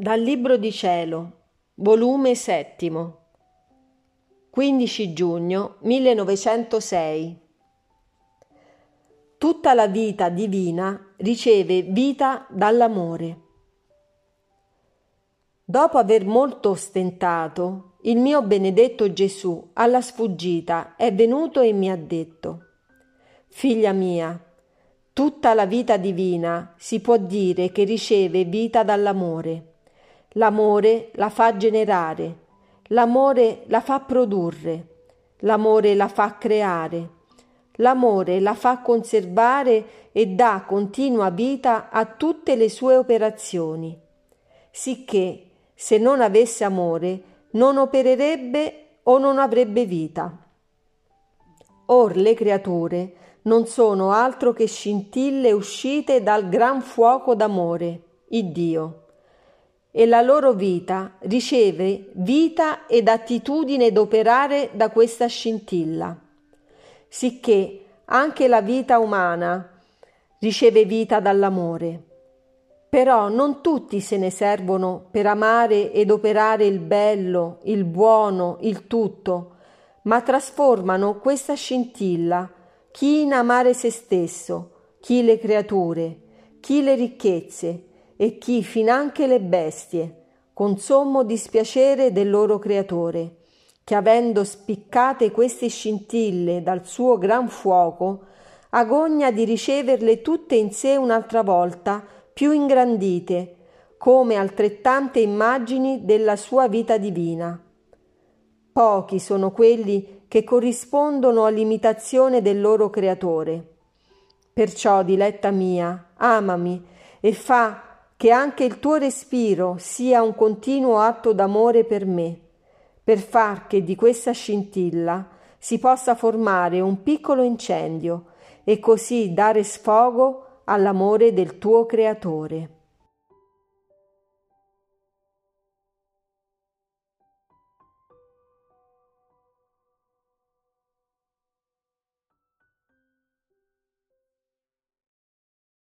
Dal Libro di Cielo, volume 7, 15 giugno 1906. Tutta la vita divina riceve vita dall'amore. Dopo aver molto ostentato, il mio benedetto Gesù alla sfuggita è venuto e mi ha detto: «Figlia mia, tutta la vita divina si può dire che riceve vita dall'amore. L'amore la fa generare, l'amore la fa produrre, l'amore la fa creare, l'amore la fa conservare e dà continua vita a tutte le sue operazioni, sicché se non avesse amore non opererebbe o non avrebbe vita. Or le creature non sono altro che scintille uscite dal gran fuoco d'amore, Iddio, e la loro vita riceve vita ed attitudine d'operare da questa scintilla, sicché anche la vita umana riceve vita dall'amore. Però non tutti se ne servono per amare ed operare il bello, il buono, il tutto, ma trasformano questa scintilla, chi in amare se stesso, chi le creature, chi le ricchezze e chi finanche le bestie, con sommo dispiacere del loro creatore, che avendo spiccate queste scintille dal suo gran fuoco, agogna di riceverle tutte in sé un'altra volta, più ingrandite, come altrettante immagini della sua vita divina. Pochi sono quelli che corrispondono all'imitazione del loro creatore. Perciò, diletta mia, amami e fa che anche il tuo respiro sia un continuo atto d'amore per me, per far che di questa scintilla si possa formare un piccolo incendio e così dare sfogo all'amore del tuo creatore.